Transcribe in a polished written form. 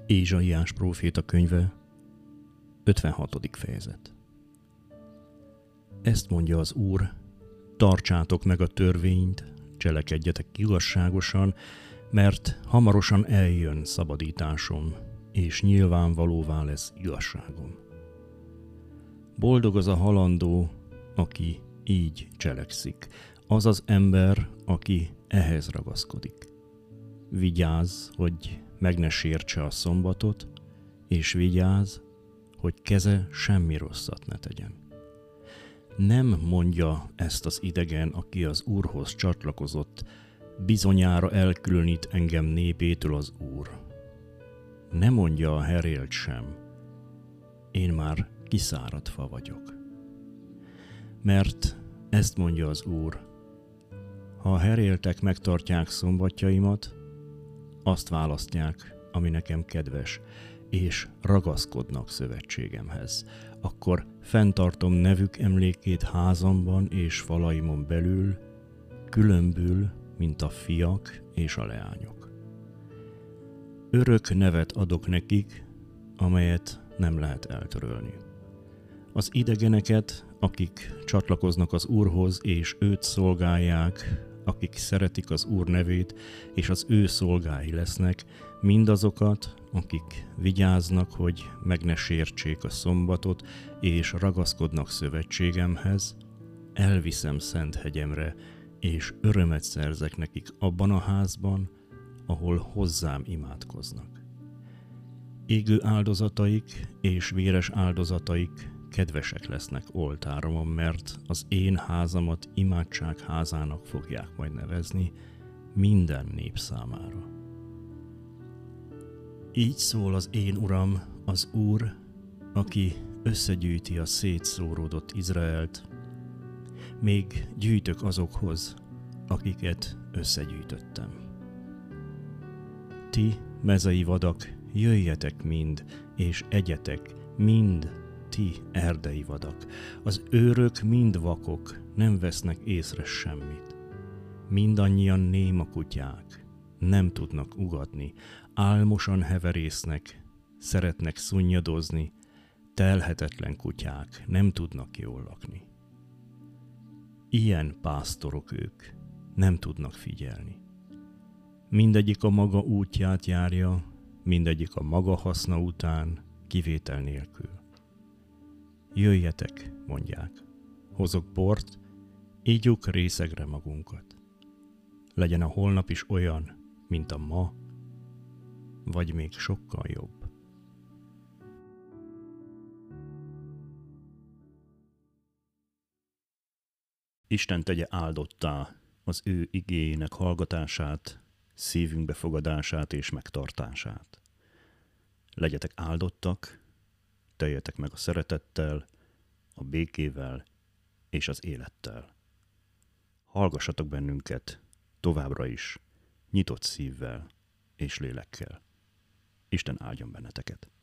Ézsaiás próféta könyve, 56. fejezet. Ezt mondja az Úr: tartsátok meg a törvényt, cselekedjetek igazságosan, mert hamarosan eljön szabadításom, és nyilvánvalóvá lesz igazságom. Boldog az a halandó, aki így cselekszik, az az ember, aki ehhez ragaszkodik. Vigyázz, hogy meg ne sértse a szombatot, és vigyázz, hogy keze semmi rosszat ne tegyen. Nem mondja ezt az idegen, aki az Úrhoz csatlakozott: bizonyára elkülönít engem népétől az Úr. Ne mondja a herélt sem: én már kiszáradt fa vagyok. Mert ezt mondja az Úr: ha a heréltek megtartják szombatjaimat, azt választják, ami nekem kedves, és ragaszkodnak szövetségemhez, akkor fenntartom nevük emlékét házamban és falaimon belül, különbül, mint a fiak és a leányok. Örök nevet adok nekik, amelyet nem lehet eltörölni. Az idegeneket, akik csatlakoznak az Úrhoz és őt szolgálják, akik szeretik az Úr nevét és az ő szolgái lesznek, mindazokat, akik vigyáznak, hogy meg ne sértsék a szombatot és ragaszkodnak szövetségemhez, elviszem szent hegyemre, és örömet szerzek nekik abban a házban, ahol hozzám imádkoznak. Égő áldozataik és véres áldozataik kedvesek lesznek oltáromon, mert az én házamat imádság házának fogják majd nevezni minden nép számára. Így szól az én Uram, az Úr, aki összegyűjti a szétszóródott Izraelt. Még gyűjtök azokhoz, akiket összegyűjtöttem. Ti, mezei vadak, jöjjetek mind, és egyetek, mind ti erdei vadak. Az őrök mind vakok, nem vesznek észre semmit. Mindannyian néma kutyák, nem tudnak ugatni, álmosan heverésznek, szeretnek szunnyadozni, telhetetlen kutyák, nem tudnak jól lakni. Ilyen pásztorok ők, nem tudnak figyelni. Mindegyik a maga útját járja, mindegyik a maga haszna után, kivétel nélkül. Jöjjetek, mondják, hozok bort, ígyuk részegre magunkat. Legyen a holnap is olyan, mint a ma, vagy még sokkal jobb. Isten tegye áldottá az ő igéjének hallgatását, szívünk befogadását és megtartását. Legyetek áldottak, teljetek meg a szeretettel, a békével és az élettel. Hallgassatok bennünket továbbra is, nyitott szívvel és lélekkel. Isten áldjon benneteket!